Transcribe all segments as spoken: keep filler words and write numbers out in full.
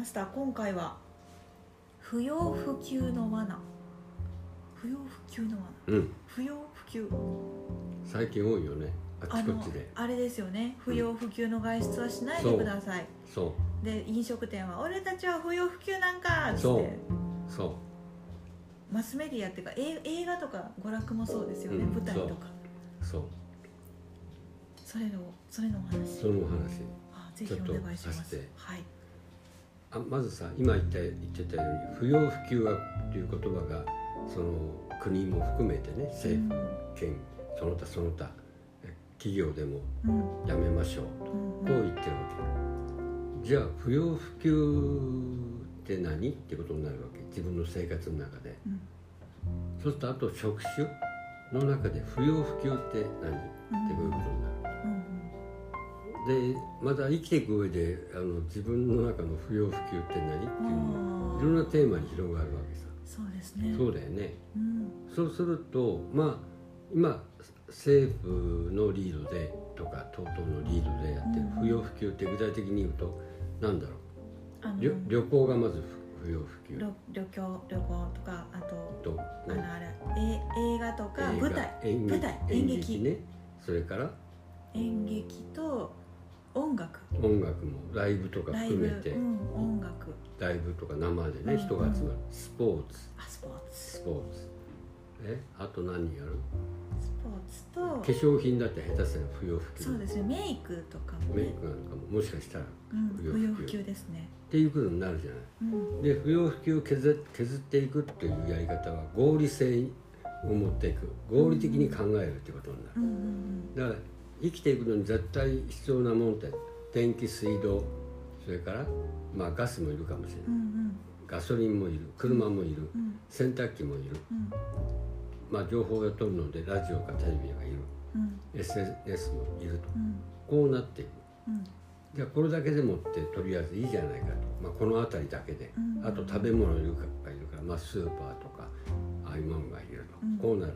スター、今回は不要不急の罠。不要不急の罠、うん、不要不急最近多いよね、あっちこっちで。 あ, あれですよね、不要不急の外出はしないでください、 うん、そうで飲食店は俺たちは不要不急なんかっつって、 そうそうマスメディアっていうか映画とか娯楽もそうですよね、うん、舞台とか。 そうそれのそれのお話そのお話あぜひお願いします。はい、 あまずさ、今言った言ってたように不要不急はという言葉がその国も含めてね、政府、うん、県その他その他企業でもやめましょう、うん、と言ってるわけ。じゃあ不要不急って何ってことになるわけ、自分の生活の中で、うん、そうするとあと職種の中で不要不急って何、うん、ってこういうことになる、うん、でまだ生きていく上であの自分の中の不要不急って何っていうのいろんなテーマに広がるわけさ。 そうですね。 そうだよね、うん、そうするとまあ今政府のリードでとか党々のリードでやってる不要不急って具体的に言うと何だろう、あの旅, 旅行がまず不要不急、 旅, 旅行旅行とか、あとと、あのあれえ映画とか舞台演劇、 舞台演劇ね、それから演劇と音楽音楽もライブとか含めて、 うん、音楽ライブとか生でね、うん、人が集まる、スポーツあスポーツスポーツえあと何やる、 スポーツと化粧品だって下手すら不要不急。 そうですね、メイクとかも、 ね、メイクなんかももしかしたら不要不急、うん、不要不急ですねっていうことになるじゃない、うん、で不要不急を 削, 削っていくというやり方は合理性を持っていく、合理的に考えるってことになる、うんうんうん、だから生きていくのに絶対必要なもんって電気水道、それからまあガスもいるかもしれない、うんうん、ガソリンもいる、車もいる、うん、洗濯機もいる、うん、まあ情報を取るのでラジオかテレビがいる、うん、エスエヌエス もいると、うん、こうなっていく、うん、じゃあこれだけでもってとりあえずいいじゃないかと、まあ、この辺りだけで、うん、あと食べ物いるかいるから、まあ、スーパーとかああいうものがいると、うん、こうなる。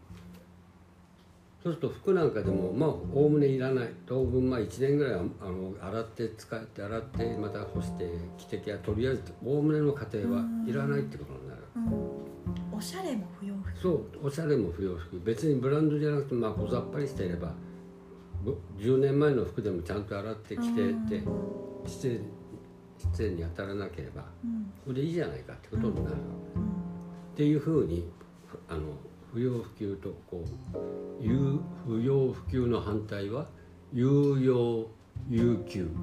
そうすると服なんかでもまあおおむねいらない、当分まあいちねんぐらいはあの洗って使って洗ってまた干して着てきゃとりあえずおおむねの家庭はいらないってことになる、 うん、おしゃれも不要不急。 そうおしゃれも不要不急、別にブランドじゃなくてまあ小ざっぱりしていればじゅうねんまえの服でもちゃんと洗って着てて失礼失礼に当たらなければ、うん、これでいいじゃないかってことになるわけ、うん、っていうふうにあの不要不急とこう有不要不急の反対は有用有給、ん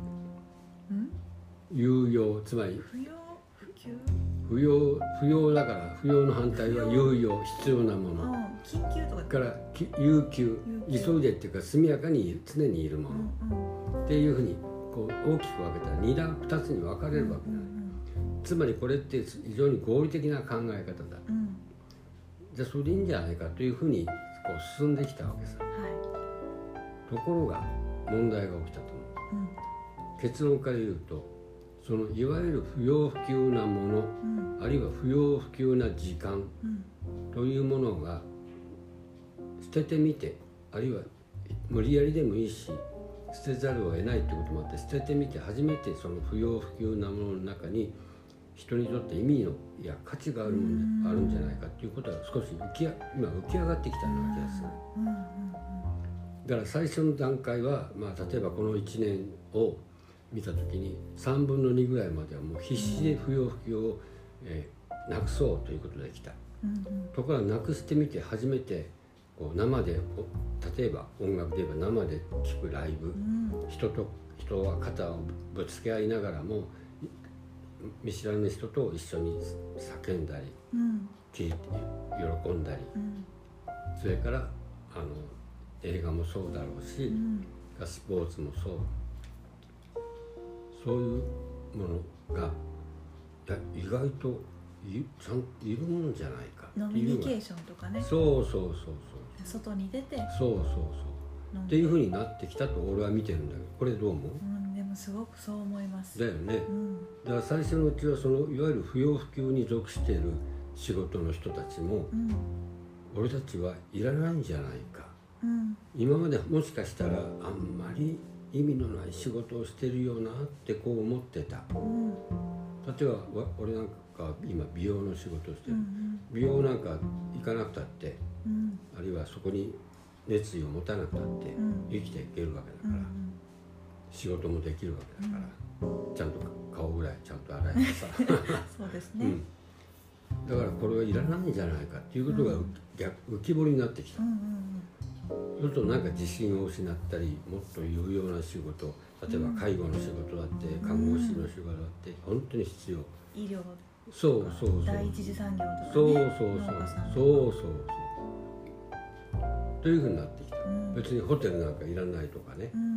有用、つまり不要不急不要不要だから不要の反対は有用、必要なもの、 うん、緊急とかから有給、急いでっていうか速やかに常にいるもの、うんうん、っていうふうにこう大きく分けたら二段二つに分かれるわけだ、うんうんうん、つまりこれって非常に合理的な考え方だ、うん、じゃあそれでいいんじゃないかというふうにこう進んできたわけさ、はい、ところが問題が起きたと思う、うん、結論から言うとそのいわゆる不要不急なもの、うん、あるいは不要不急な時間、うん、というものが捨ててみて、あるいは無理やりでもいいし捨てざるを得ないということもあって捨ててみて初めてその不要不急なものの中に人にとって意味のいや価値があるものあるんじゃないかということが少し浮き今浮き上がってきたような気がする。だから最初の段階は、まあ、例えばこのいちねんを見た時にさんぶんのにぐらいまではもう必死で不要不急を、えー、なくそうということできた、うんうん、ところがなくしてみて初めてこう生で例えば音楽で言えば生で聴くライブ、うん、人と人は肩をぶつけ合いながらも見知らぬ人と一緒に叫んだり、うん、喜んだり、うん、それからあの映画もそうだろうし、うん、スポーツもそうそういうものが意外と い, ちゃんいるもんじゃないかノミニケーションとかね、 そうそうそうそう外に出てそうそうそうっていうふうになってきたと俺は見てるんだけど、これどう思う？ うん、でもすごくそう思います。 だよね、 うん、 だから最初のうちはそのいわゆる不要不急に属している仕事の人たちも、うん、俺たちはいらないんじゃないか、うん、今までもしかしたらあんまり意味のない仕事をしてるよなってこう思ってた、うん、 例えば俺なんか今美容の仕事をしてる、うんうん、美容なんか行かなくたって、うん、あるいはそこに熱意を持たなくたって生きていけるわけだから、うんうん、仕事もできるわけだから、うん、ちゃんと顔ぐらいちゃんと洗えばさそうですね、 うん、だからこれはいらないんじゃないかっていうことが、うん、逆浮き彫りになってきた、うんうんうん、そうするとなんか自信を失ったり、もっと有用な仕事、例えば介護の仕事だって、看護師の仕事だって本当に必要、 医療、 そうそうそう、 第一次産業とかね、 そうそうそうそうそうというふうになってきた、うん、別にホテルなんかいらないとかね、うんうんうん、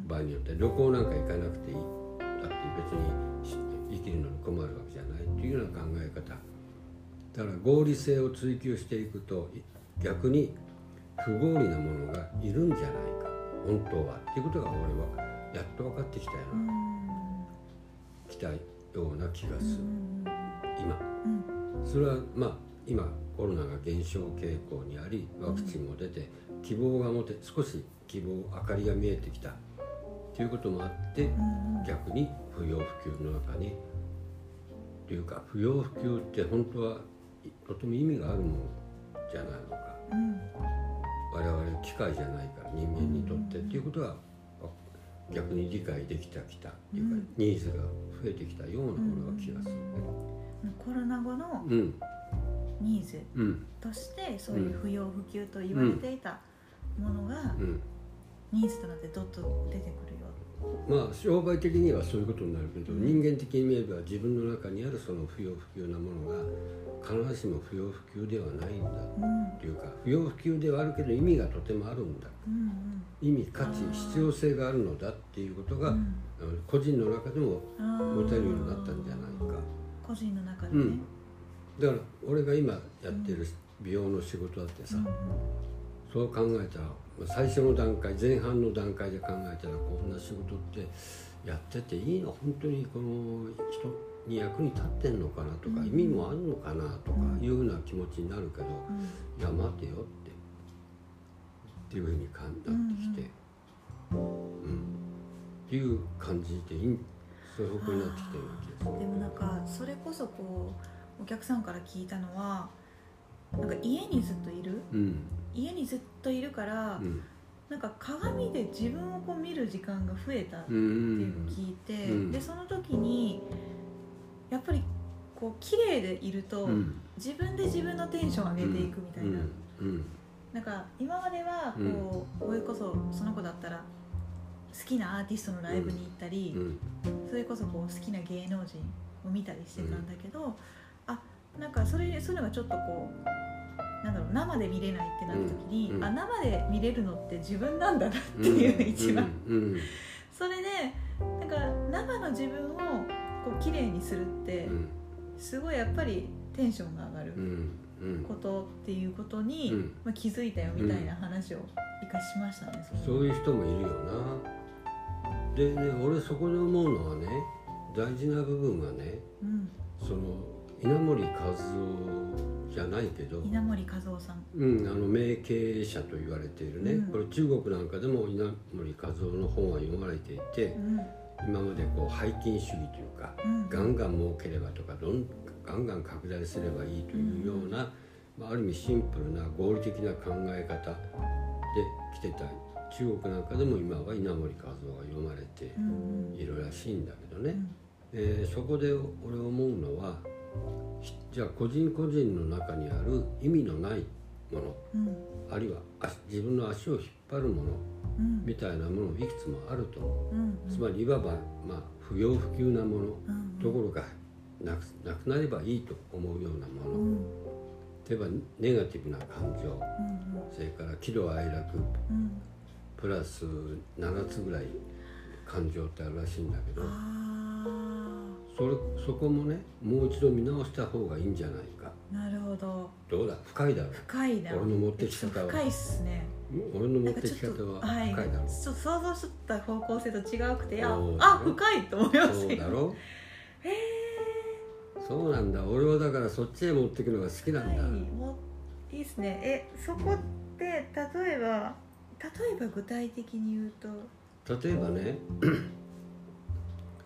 場合によって旅行なんか行かなくていい、だって別に生きるのに困るわけじゃないというような考え方だから、合理性を追求していくと逆に不合理なものがいるんじゃないか本当はっていうことが俺はやっと分かってきたような、うん、きたような気がする、うん、今、うん、それはまあ今コロナが減少傾向にあり、ワクチンも出て希望が持て、少し希望明かりが見えてきたということもあって、逆に不要不急の中にというか、不要不急って本当はとても意味があるものじゃないのか、うん、我々機械じゃないから人間にとってっていうことが逆に理解できたきたっていうか、うん、ニーズが増えてきたような俺は気がするね、 うん、コロナ後のニーズとしてそういう不要不急と言われていたものがニーズとなってどっと出てくるよ。 まあ商売的にはそういうことになるけど、うん、人間的に見れば自分の中にあるその不要不急なものが必ずしも不要不急ではないんだっていうか、うん、不要不急ではあるけど意味がとてもあるんだ、うんうん、意味価値必要性があるのだっていうことが、うん、個人の中でも持てるようになったんじゃないか。 個人の中でね、うん、 だから俺が今やってる美容の仕事だってさ、うんうん、そう考えたら最初の段階、前半の段階で考えたらこんな仕事ってやってていいの、本当にこの人に役に立ってんのかなとか、うん、意味もあるのかなとかいうような気持ちになるけど、うん、いや待てよってっていうふうになってきて、うんうん、っていう感じでいい、そういう方向になってきてるわけです。 でもなんかそれこそこうお客さんから聞いたのは、なんか家にずっといる、うん、家にずっといるから、うん、なんか鏡で自分をこう見る時間が増えたっていうのを聞いて、うん、でその時にやっぱりこう綺麗でいると、うん、自分で自分のテンション上げていくみたいな、うんうん、なんか今まではこう、それこそその子だったら好きなアーティストのライブに行ったり、うん、それこそこう好きな芸能人を見たりしてたんだけど、うん、あ、なんかそれそういうのがちょっとこうなんだろう、生で見れないってなった時に、うん、あ、生で見れるのって自分なんだなっていう、うん、一番、うんうん、それでなんか生の自分をこう綺麗にするって、うん、すごいやっぱりテンションが上がることっていうことに、うん、まあ、気づいたよみたいな話を生かしましたね。 そ, そういう人もいるよな。でね、俺そこで思うのはね、大事な部分がね、うん、その稲盛和夫じゃないけど、 稲盛和夫さん、 うん、あの名経営者と言われているね、うん、これ中国なんかでも稲盛和夫の本は読まれていて、うん、今までこう拝金主義というか、うん、ガンガン儲ければとかどんガンガン拡大すればいいというような、うん、まあ、ある意味シンプルな合理的な考え方で来てた。中国なんかでも今は稲盛和夫が読まれているらしいんだけどね、うん、えー、そこで俺思うのは、じゃあ個人個人の中にある意味のないもの、うん、あるいは自分の足を引っ張るもの、うん、みたいなものいくつもあると思う、うんうん、つまりいわば、まあ、不要不急なもの、うんうん、ところがなく、なくなればいいと思うようなもの、うん、例えばネガティブな感情、うんうん、それから喜怒哀楽、うん、プラスななつぐらい感情ってあるらしいんだけど、それそこもね、もう一度見直した方がいいんじゃないか。 なるほど。 どうだ、深いだろう。 深いな。 俺の持ってき方は深いっすね。 俺の持ってき方は深いだろう。 はい、ちょっと想像した方向性と違うくて、あ、あ、深いと思いますそうだろ。 へえ。 そうなんだ。俺はだからそっちへ持ってくのが好きなんだ。はい、 もういいっすね。え、そこって例えば例えば具体的に言うと、 例えばね。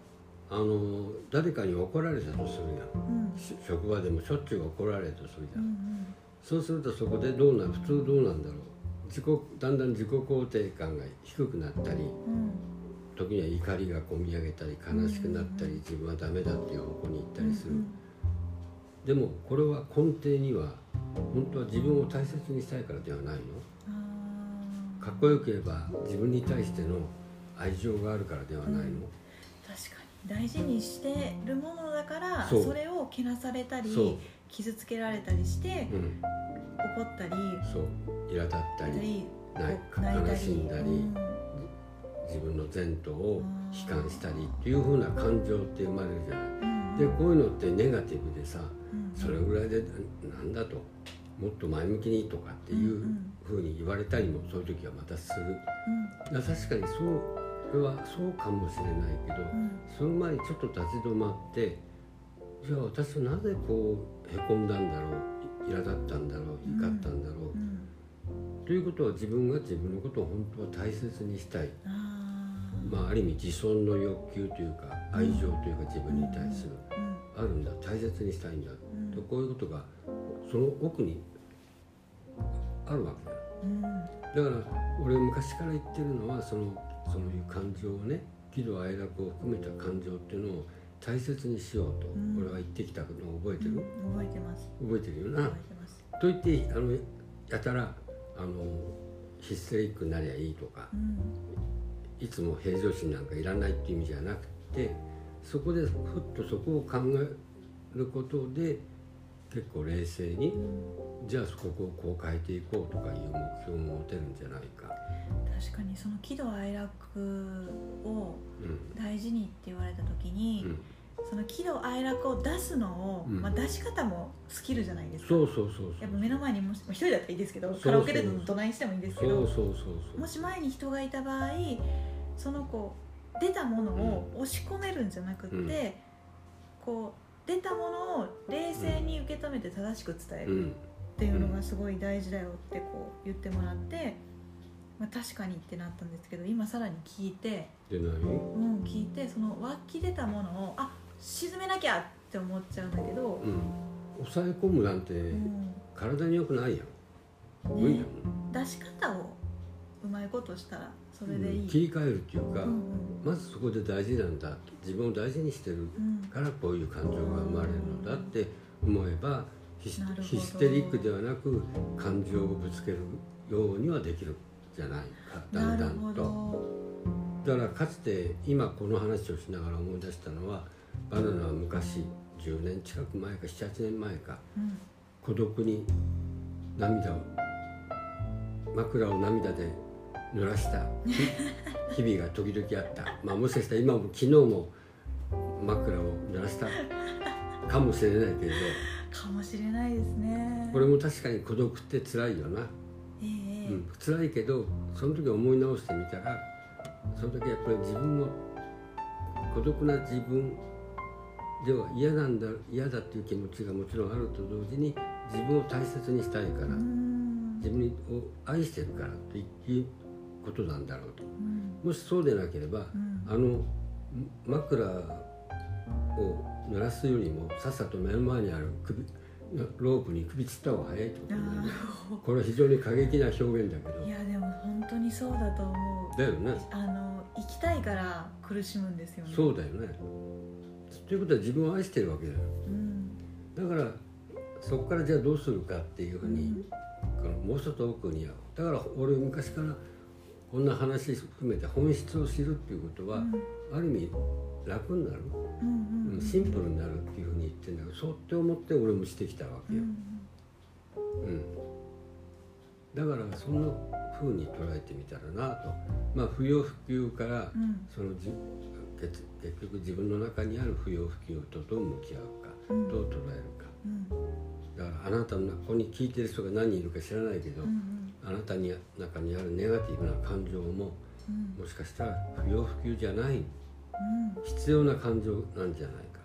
あの誰かに怒られたとするやん、うん、職場でもしょっちゅう怒られるとするやん、うんうん、そうするとそこでどうなる、普通どうなんだろう、自己だんだん自己肯定感が低くなったり、うん、時には怒りがこみ上げたり悲しくなったり、自分はダメだっていう方向に行ったりする、うんうん、でもこれは根底には本当は自分を大切にしたいからではないの。かっこよく言えば自分に対しての愛情があるからではないの、うん、 確かに大事にしてるものだから そ, それをけなされたり傷つけられたりして、うん、怒ったりそう苛立ったり悲しんだり、うん、自分の前途を悲観したりっていう風な感情って生まれるじゃない、うん、でこういうのってネガティブでさ、うん、それぐらいでなんだともっと前向きにとかっていう風に言われたりもそういう時はまたする、うん、だ確かにそうこれはそうかもしれないけど、うん、その前にちょっと立ち止まってじゃあ私はなぜこうへこんだんだろう、苛立ったんだろう、怒ったんだろう、うん、ということは自分が自分のことを本当は大切にしたい、あ、まあ、ある意味自尊の欲求というか愛情というか自分に対する、うん、あるんだ、大切にしたいんだ、うん、とこういうことがその奥にあるわけだ、うん、だから俺昔から言ってるのはそのそういう感情をね、喜怒哀楽を含めた感情っていうのを大切にしようと、うん、俺は言ってきたのを覚えてる、 うん、覚えてます。 覚えてるよな。覚えてます。と言ってあのやたらあのヒステリックになりゃいいとか、うん、いつも平常心なんかいらないっていう意味じゃなくて、そこでふっとそこを考えることで結構冷静に、うん、じゃあここをこう変えていこうとかいう目標も持てるんじゃないか。 確かにその喜怒哀楽を大事にって言われた時に、うん、その喜怒哀楽を出すのを、うん、まあ、出し方もスキルじゃないですか。 そうそうそうそう。 やっぱ目の前にもし一人だったらいいですけど、カラオケでどないしてもいいんですけど、 そうそうそうそう、 もし前に人がいた場合、そのこう出たものを押し込めるんじゃなくって、うん、こう出たものを冷静に受け止めて正しく伝えるっていうのがすごい大事だよってこう言ってもらって、まあ、確かにってなったんですけど、今さらに聞いてで何、 うん、聞いてその湧き出たものをあ沈めなきゃって思っちゃうんだけど、 うん、抑え込むなんて体に良くないやん、無理やん、ね、 出し方をうまいことしたらそれでいい、 うん、切り替えるっていうか、うんうん、まずそこで大事なんだ、自分を大事にしてるからこういう感情が生まれるのだって思えば、ヒス、ヒステリックではなく感情をぶつけるようにはできるじゃないか、だんだんと。だからかつて今この話をしながら思い出したのは、バナナは昔じゅうねん近く前か ななはちねんまえか、うん、孤独に涙を枕を涙で濡らした日々が時々あった。まあもしかしたら今も昨日も枕を濡らしたかもしれないけれどかもしれないですね。 これも確かに孤独って辛いよな、えーうん、辛いけどその時思い直してみたら、その時やっぱり自分も孤独な自分では嫌なんだ嫌だっていう気持ちがもちろんあると同時に、自分を大切にしたいから、自分を愛してるからということなんだろうと、うん、もしそうでなければ、うん、あの枕を濡らすよりもさっさと目の前にある首ロープに首つった方が早いってことだよね。これは非常に過激な表現だけど、 いやでも本当にそうだと思う。 だよね。 あの生きたいから苦しむんですよね。 そうだよね。ということは自分を愛してるわけだよ、うん、だからそこからじゃあどうするかっていうふうに、うん、このもうちょっと奥には、だから俺昔からこんな話含めて本質を知るっていうことは、うん、ある意味楽になる、うんうんうん、シンプルになるっていうふうに言ってるんだけど、そうって思って俺もしてきたわけよ、うんうん、だからそんなふうに捉えてみたらなと。まあ不要不急から、うん、そのじ結, 結局自分の中にある不要不急とどう向き合うか、うん、どう捉えるか、うん、だからあなたのここに聞いてる人が何人いるか知らないけど、うんうん、あなたの中にあるネガティブな感情も、うん、もしかしたら不要不急じゃない、うん、必要な感情なんじゃないか、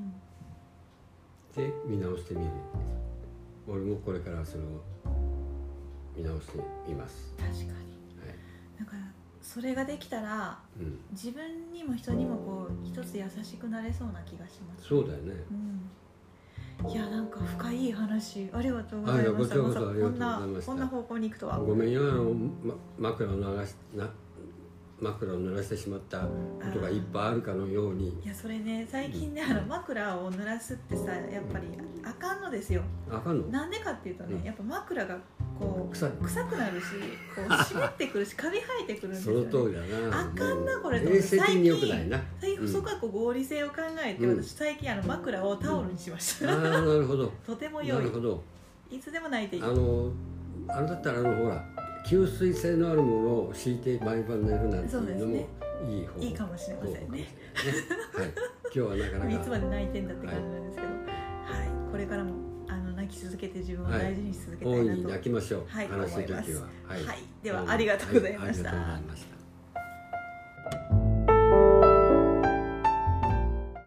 うんうん、で見直してみる。俺もこれからそれを見直してみます。 確かに、はい、だからそそれができたら、うん、自分にも人にもこう一つ優しくなれそうな気がします。 そうだよね、 うん、いやなんか深い話ありがとうございました。まさかこんなこんな方向に行くとは。 ごめんよ、あの、ま、枕を流しな枕を濡らしてしまったことがいっぱいあるかのように。 いやそれね最近ね、うん、あの枕を濡らすってさやっぱりあかんのですよ。 あかんの？ なんでかっていうとね、うん、やっぱ枕がこう 臭, 臭くなるしこう湿ってくるしカビ生えてくるんですよね。 その通りだな。 あかんなこれと衛生的に良くないな。 最近そこはこう合理性を考えて、うん、私最近あの枕をタオルにしました、 うん、ああなるほどとても良い。 なるほど。 いつでも泣いていい。 あのあれだったらあのほら吸水性のあるものを敷いて毎晩寝るなんていうのもいい方法、 いいかもしれませんね。 ねはい、今日はなかなかいつまで泣いてんだって感じなんですけど、はい、はい、これからもあの泣き続けて自分を大事にし続けたいなと、 はい、大いに泣きましょう、 はい、 悲しい時は、 はいはい、ではありがとうございました。 はい、ありがとうございました。